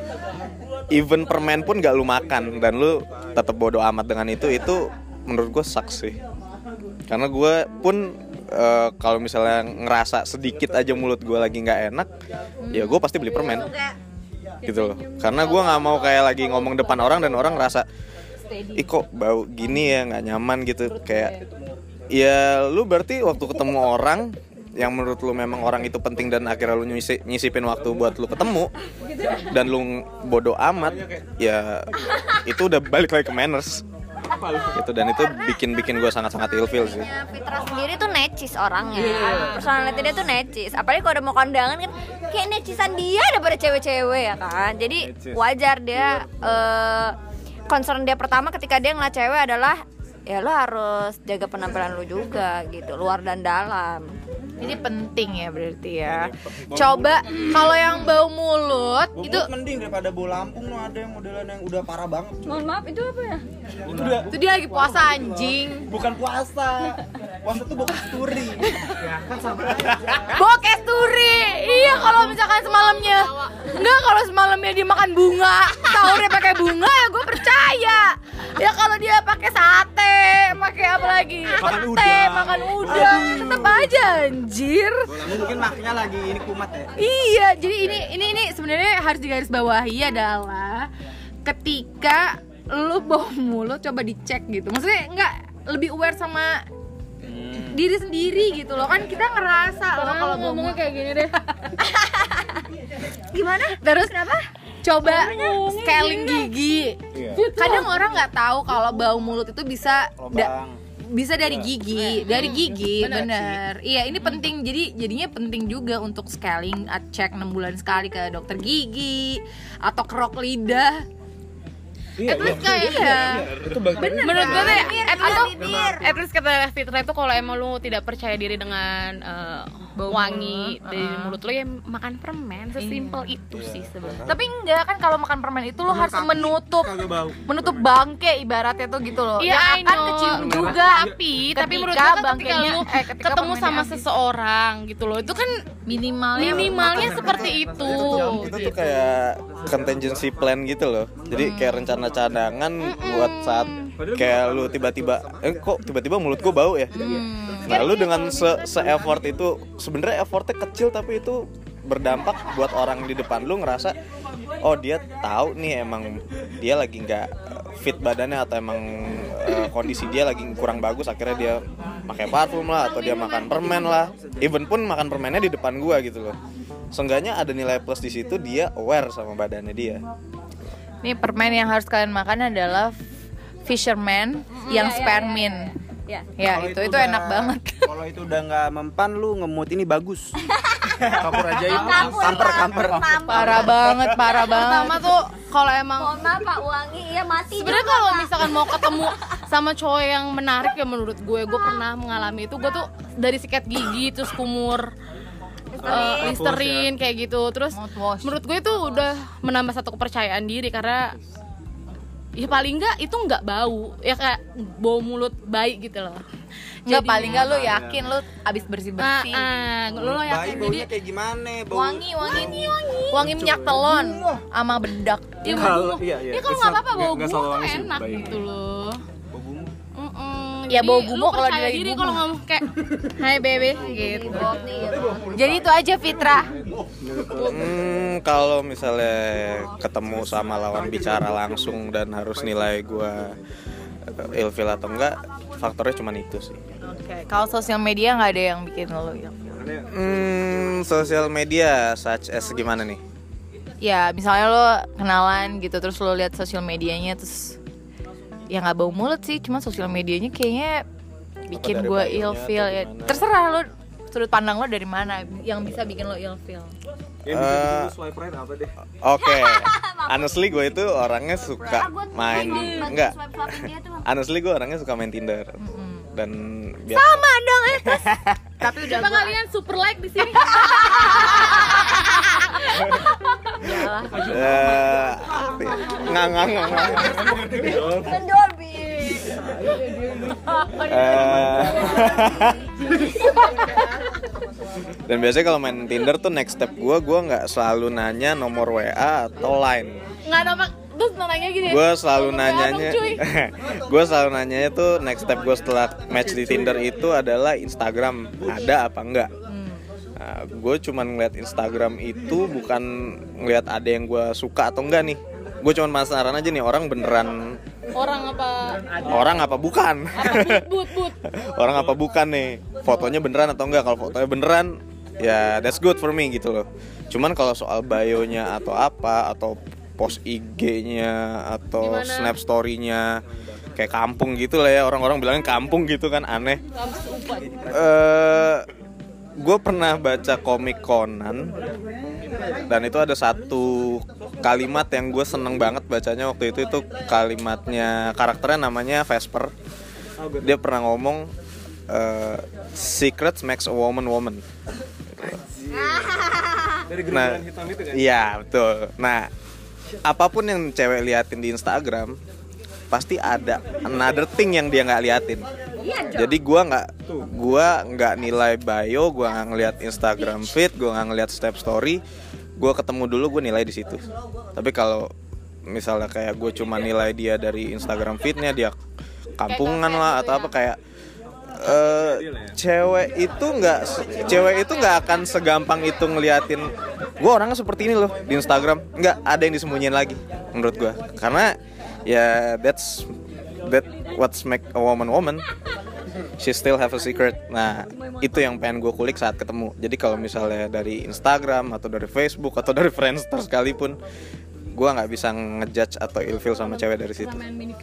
even permen pun gak lu makan dan lu tetap bodo amat dengan itu menurut gue sucks sih. Karena gue pun kalau misalnya ngerasa sedikit aja mulut gue lagi nggak enak, ya gue pasti beli permen gitu loh. Karena gue nggak mau kayak lagi ngomong depan orang dan orang ngerasa ih kok bau gini ya, nggak nyaman gitu. Kayak ya lu berarti waktu ketemu orang yang menurut lu memang orang itu penting dan akhirnya lu nyisipin waktu buat lu ketemu dan lu bodo amat, ya itu udah balik lagi ke manners gitu. Dan itu bikin gue sangat-sangat ilfil sih. Fitra sendiri tuh necis orangnya, personality dia tuh necis. Apalagi kalau udah mau kondangan kan kayak necisan dia daripada cewek-cewek ya kan. Jadi wajar dia concern dia pertama ketika dia ngeliat cewek adalah ya lo harus jaga penampilan lo juga gitu, luar dan dalam. Ini penting ya berarti ya. Coba kalau yang bau mulut itu mending daripada bau Lampung. No, ada yang modelan yang udah parah banget. Mohon maaf, itu apa ya? itu dia lagi puasa anjing. Bukan puasa. Puasa tuh bau kasturi. Bau kasturi. Iya, kalau misalkan semalamnya enggak, kalau semalamnya dia makan bunga, sahurnya pakai bunga, ya gue percaya. Ya kalau dia pakai sate, pakai apa lagi? Makan udang, tetap aja anjir. Mungkin maknya lagi ini kumat ya. Iya, jadi ini sebenarnya harus digarisbawahi adalah ketika lu bau mulut coba dicek gitu. Maksudnya enggak lebih aware sama diri sendiri gitu loh. Kan kita ngerasa loh kalau ngomongnya kayak gini deh. Gimana? Terus kenapa? Coba scaling gigi. Kadang orang nggak tahu kalau bau mulut itu bisa dari gigi, bener. Iya, ini penting. Jadinya penting juga untuk scaling, cek 6 bulan sekali ke dokter gigi atau kerok lidah. Terus kayak bener. Menurut gue deh, at least kata Fitra itu kalau emang lu tidak percaya diri dengan wangi dari mulut lu, ya makan permen, sesimpel itu sih sebenarnya. Tapi enggak kan, kalau makan permen itu lo harus menutup bangke ibaratnya tuh gitu loh. Iya, ya akan kecium juga. Tapi menurut gue kan ketika lu ketemu sama seseorang gitu loh, itu kan minimalnya seperti itu. Itu tuh kayak contingency plan gitu loh. Jadi kayak rencana cadangan buat saat kayak lu tiba-tiba kok tiba-tiba mulut gue bau ya. Nah lu dengan se-effort itu, sebenarnya effortnya kecil tapi itu berdampak buat orang di depan lu ngerasa oh dia tahu nih emang dia lagi nggak fit badannya atau emang kondisi dia lagi kurang bagus, akhirnya dia pakai parfum lah atau dia makan permen lah. Even pun makan permennya di depan gua gitu loh. Seenggaknya ada nilai plus di situ, dia aware sama badannya dia. Nih permen yang harus kalian makan adalah Fisherman yang spearmint. Ya, itu enak banget. Kalau itu udah nggak mempan, lu ngemut ini bagus. Kapur aja itu. Kamper. Parah banget. Pertama tuh kalau emang Mohon maaf Pak Wangi, iya mati. sebenarnya kalau misalkan mau ketemu sama cowok yang menarik ya menurut gue pernah mengalami itu. Gue tuh dari sikat gigi terus kumur, Listerine kayak gitu. Terus menurut gue itu udah menambah satu kepercayaan diri karena ya paling enggak itu enggak bau, ya kayak bau mulut bayi gitu loh. Nggak, paling nggak lu yakin lu abis bersih-bersih. Lu yakin baunya kayak gimana? Wangi minyak telon sama bedak. ya kalau nggak apa-apa bau bumbu tuh enak gitu loh. Ya bau bumbu kalau percaya dari diri bumbu. kalau ngomong kayak hai baby gitu. Jadi itu aja Fitra. Kalau misalnya ketemu sama lawan bicara langsung dan harus nilai gue ilfil atau enggak, faktornya cuma itu sih. Oke, kalau sosial media nggak ada yang bikin lo ilfil? Sosial media such as gimana nih? Ya misalnya lo kenalan gitu terus lo lihat sosial medianya terus ya nggak bau mulut sih, cuma sosial medianya kayaknya bikin gue ilfil ya. Terserah lo sudut pandang lo dari mana yang bisa bikin lo ilfil. Swipe right apa deh? Oke. Honestly gue itu orangnya suka main enggak. Honestly gue orangnya suka main Tinder. Dan biasa Sama dong Tapi udah coba kalian super like di sini. ngang. Dan biasanya kalau main Tinder tuh next step gue nggak selalu nanya nomor WA atau line. Nggak ada terus nanya gini. Gue selalu nanyanya, tuh next step gue setelah match di Tinder itu adalah Instagram ada apa enggak. Nah, gue cuman ngeliat Instagram itu bukan ngeliat ada yang gue suka atau enggak nih. Gue cuman penasaran aja nih orang beneran orang apa bukan. But. Orang apa bukan nih, fotonya beneran atau enggak. Kalau fotonya beneran ya that's good for me gitu loh. Cuman kalau soal bio-nya atau apa, atau post IG-nya atau gimana? Snap story-nya kayak kampung gitu lah ya, orang-orang bilangin kampung gitu kan, aneh. Gue pernah baca komik Conan dan itu ada satu kalimat yang gue seneng banget bacanya waktu itu kalimatnya karakternya namanya Vesper. Dia pernah ngomong secrets makes a woman. Dari gerombolan hitam itu kan? Iya betul. Nah, apapun yang cewek liatin di Instagram pasti ada another thing yang dia nggak liatin. Jadi gue nggak nilai bio, gue nggak ngeliat Instagram feed, gue nggak ngeliat step story. Gue ketemu dulu, gue nilai di situ. Tapi kalau misalnya kayak gue cuma nilai dia dari Instagram feednya, dia kampungan lah atau apa kayak cewek itu nggak akan segampang itu ngeliatin gue orangnya seperti ini loh di Instagram. Nggak ada yang disembunyiin lagi menurut gue, karena ya that what's make a woman. She still have a secret. Nah itu yang pengen gue kulik saat ketemu. Jadi kalau misalnya dari Instagram atau dari Facebook atau dari Friendster sekalipun, gue nggak bisa ngejudge atau ilfil sama cewek dari situ.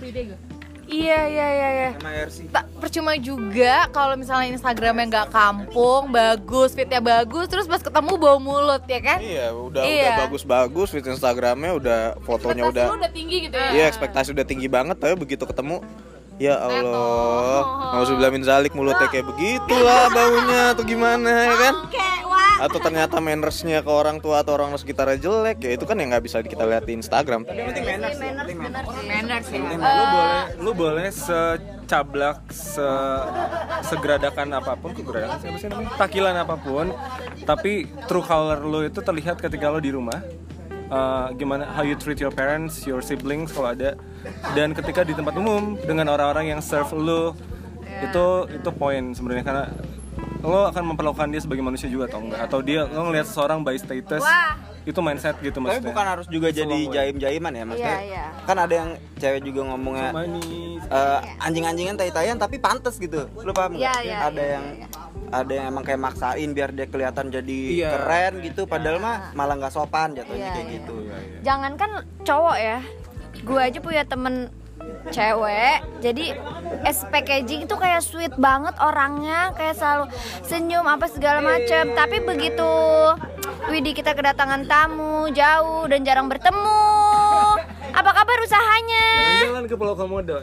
Iya. Tak percuma juga kalau misalnya Instagramnya nggak kampung, bagus, fitnya bagus, terus pas ketemu bau mulut ya kan? Iya, udah bagus-bagus, fit Instagramnya udah, fotonya udah tinggi gitu ya. Iya, ekspektasi udah tinggi banget, tapi begitu ketemu, ya Allah, nggak usah bilangin zalik mulutnya kayak begitulah baunya atau gimana ya kan? Atau ternyata mannersnya ke orang tua atau orang sekitarnya jelek, ya itu kan yang nggak bisa kita lihat di Instagram. Manners ya. Lu boleh secablak, segeradakan apapun, takilan apapun, tapi true color lu itu terlihat ketika lu di rumah gimana how you treat your parents, your siblings kalau ada, dan ketika di tempat umum dengan orang-orang yang serve lo, itu poin sebenarnya, karena lo akan memperlakukan dia sebagai manusia juga atau enggak, atau dia lo ngelihat seseorang by status. Itu mindset gitu maksudnya. Tapi bukan harus juga jadi jaim-jaiman ya maksudnya. Kan ada yang cewek juga ngomongnya anjing-anjingan tai-taian tapi pantes gitu. Lu paham enggak? Ada yang emang kayak maksain biar dia kelihatan jadi keren gitu, padahal mah malah nggak sopan jatuhnya kayak gitu. Jangankan cowok ya, gue aja punya temen cewek, jadi packaging itu kayak sweet banget orangnya, kayak selalu senyum apa segala macam. Tapi begitu Widih kita kedatangan tamu jauh dan jarang bertemu, apa kabar usahanya? Jalan ke Pulau Komodo,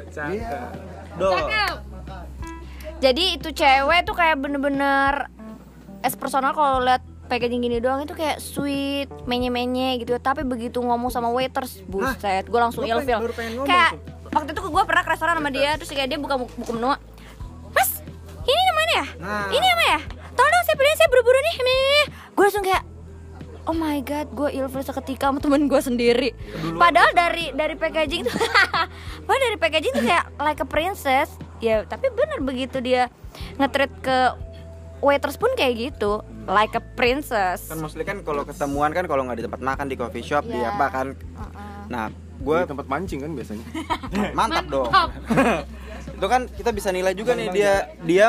cakep. Jadi itu cewek tuh kayak bener-bener personal, kalau lihat packaging gini doang itu kayak sweet, menye-menye gitu. Tapi begitu ngomong sama waiters, buset, gue langsung ilfil. Kayak waktu itu gue pernah ke restoran sama dia, terus kayak dia buka menu, Mas, ini namanya ya? Ini apa ya? Tolong dong saya beliin, saya buru-buru nih. Gue langsung kayak, oh my god, gue ilfil seketika sama temen gue sendiri. Padahal dari packaging tuh, padahal dari packaging tuh kayak like a princess. Ya, tapi bener begitu dia nge-treat ke waiters pun kayak gitu, like a princess. Kan maksudnya kan kalau ketemuan kan kalau nggak di tempat makan, di coffee shop, di apa kan. Nah, gue di tempat mancing kan biasanya. Mantap dong. Itu kan kita bisa nilai juga nih dia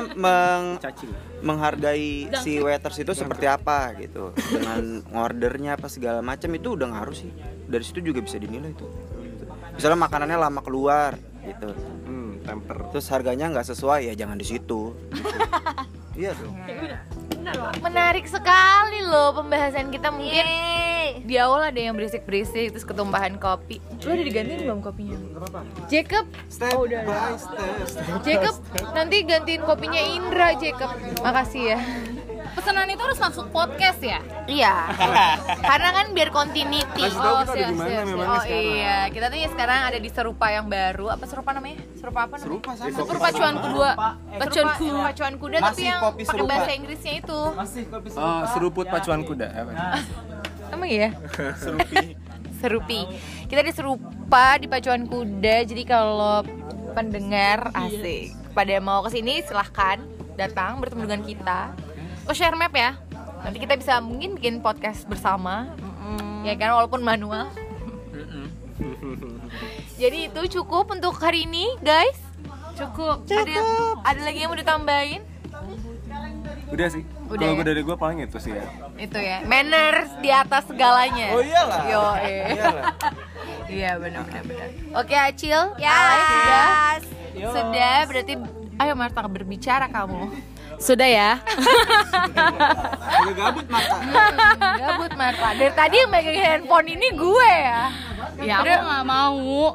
menghargai si waiters itu seperti apa gitu, dengan ordernya apa segala macam, itu udah ngaruh sih. Dari situ juga bisa dinilai tuh. Misalnya makanannya lama keluar gitu, temper, terus harganya nggak sesuai, ya jangan di situ. Iya dong. Menarik sekali loh pembahasan kita. Mungkin di awal ada yang berisik-berisik terus ketumpahan kopi. Lu udah digantiin belum kopinya? Jacob, udah. Jacob, nanti gantiin kopinya Indra, Jacob. Makasih ya. Pesanan itu harus masuk podcast ya? Iya. Karena kan biar continuity. Iya, kita tuh ya sekarang ada di Serupa yang baru. Apa Serupa namanya? Serupa apa namanya? Serupa Pacuan Kuda. Pacuan Kuda, tapi yang pakai bahasa Inggrisnya itu. Seruput Pacuan Kuda. Emang iya? Serupi. Kita di Serupa di Pacuan Kuda. Jadi kalau pendengar asik pada mau kesini silahkan datang bertemu dengan kita. Share map ya. Nanti kita bisa mungkin bikin podcast bersama. Ya kan, walaupun manual. Jadi itu cukup untuk hari ini, guys. Cukup. Ada lagi yang mau ditambahin? Udah sih. Kalau gue dari gue paling itu sih ya. Itu ya. Manners di atas segalanya. Oh iyalah. Iya benar. Oke, Acil. Sudah berarti ayo Marta berbicara kamu. Sudah ya. Udah gabut Marta. Dari tadi yang megang handphone ini gue ya. Ya aku nggak mau.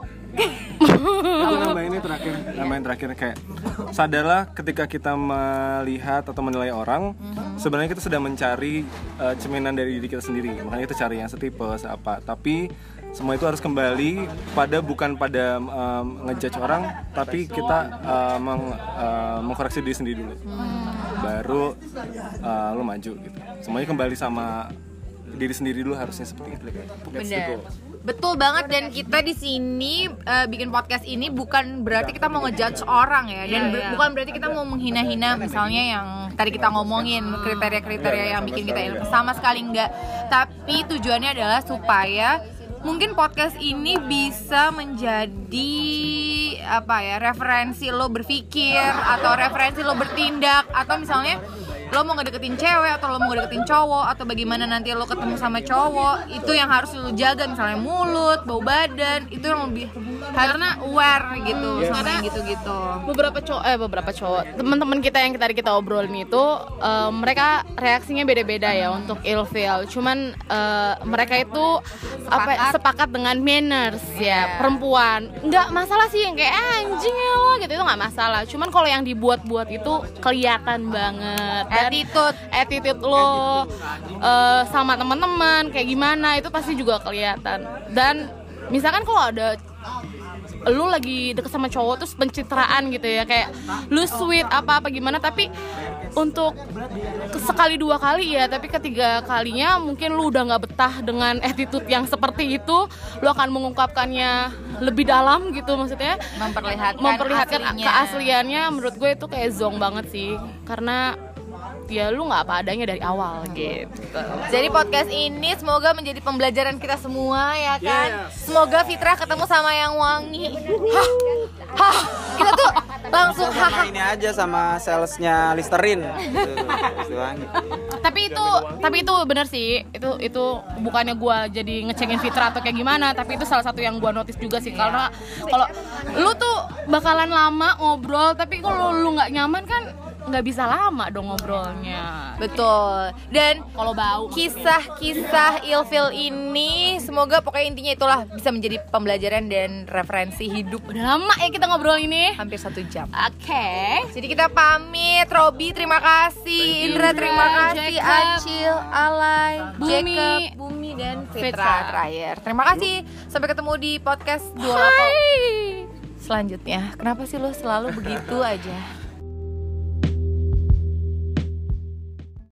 Nambahin terakhir kayak sadarlah ketika kita melihat atau menilai orang, sebenarnya kita sedang mencari cerminan dari diri kita sendiri. Makanya kita cari yang setipe, apa. Tapi semua itu harus kembali bukan pada ngejudge orang, tapi kita mengkoreksi diri sendiri dulu. Baru lo maju gitu. Semuanya kembali sama diri sendiri dulu, harusnya seperti itu. Benar. Betul banget, dan kita di sini bikin podcast ini bukan berarti kita mau ngejudge orang ya, dan bukan berarti kita mau menghina-hina misalnya yang tadi kita ngomongin kriteria-kriteria yang bikin kita ilfil, sama sekali enggak. Tapi tujuannya adalah supaya mungkin podcast ini bisa menjadi referensi lo berpikir atau referensi lo bertindak, atau misalnya lo mau ngedeketin cewek atau lo mau ngedeketin cowok, atau bagaimana nanti lo ketemu sama cowok, itu yang harus lo jaga, misalnya mulut, bau badan, itu yang lebih karena aware gitu, sama gitu-gitu. Beberapa cowok teman-teman kita yang tadi kita obrolin itu mereka reaksinya beda-beda ya untuk ilfil. Cuman mereka itu sepakat dengan manners ya, perempuan nggak masalah sih yang kayak anjing ya lo gitu, itu nggak masalah. Cuman kalau yang dibuat-buat itu kelihatan banget. Attitude lo sama teman-teman kayak gimana itu pasti juga kelihatan. Dan misalkan kalau ada lu lagi deket sama cowok terus pencitraan gitu ya, kayak lu sweet apa gimana, tapi untuk sekali dua kali ya, tapi ketiga kalinya mungkin lu udah nggak betah dengan attitude yang seperti itu, lu akan mengungkapkannya lebih dalam gitu, maksudnya memperlihatkan keasliannya. Menurut gue itu kayak zong banget sih, karena ya lu nggak apa adanya dari awal gitu. Jadi podcast ini semoga menjadi pembelajaran kita semua ya kan. Semoga Fitrah ketemu sama yang wangi. Kita tuh langsung sama ini aja sama salesnya Listerine. Tapi itu bener sih. Itu bukannya gua jadi ngecengin Fitrah atau kayak gimana, tapi itu salah satu yang gua notice juga sih. Karena kalau lu tuh bakalan lama ngobrol, tapi kalau lu nggak nyaman kan nggak bisa lama dong ngobrolnya. Betul. Dan kalau bau kisah-kisah ilfil ini semoga pokoknya intinya itulah bisa menjadi pembelajaran dan referensi hidup. Udah lama ya kita ngobrol ini, hampir 1 jam. Oke. Jadi kita pamit. Robi terima kasih, Indra terima kasih, Acil, Alay, Jacob, Bumi dan Fitra terakhir. Terima kasih. Sampai ketemu di podcast 28 selanjutnya. Kenapa sih lo selalu begitu aja?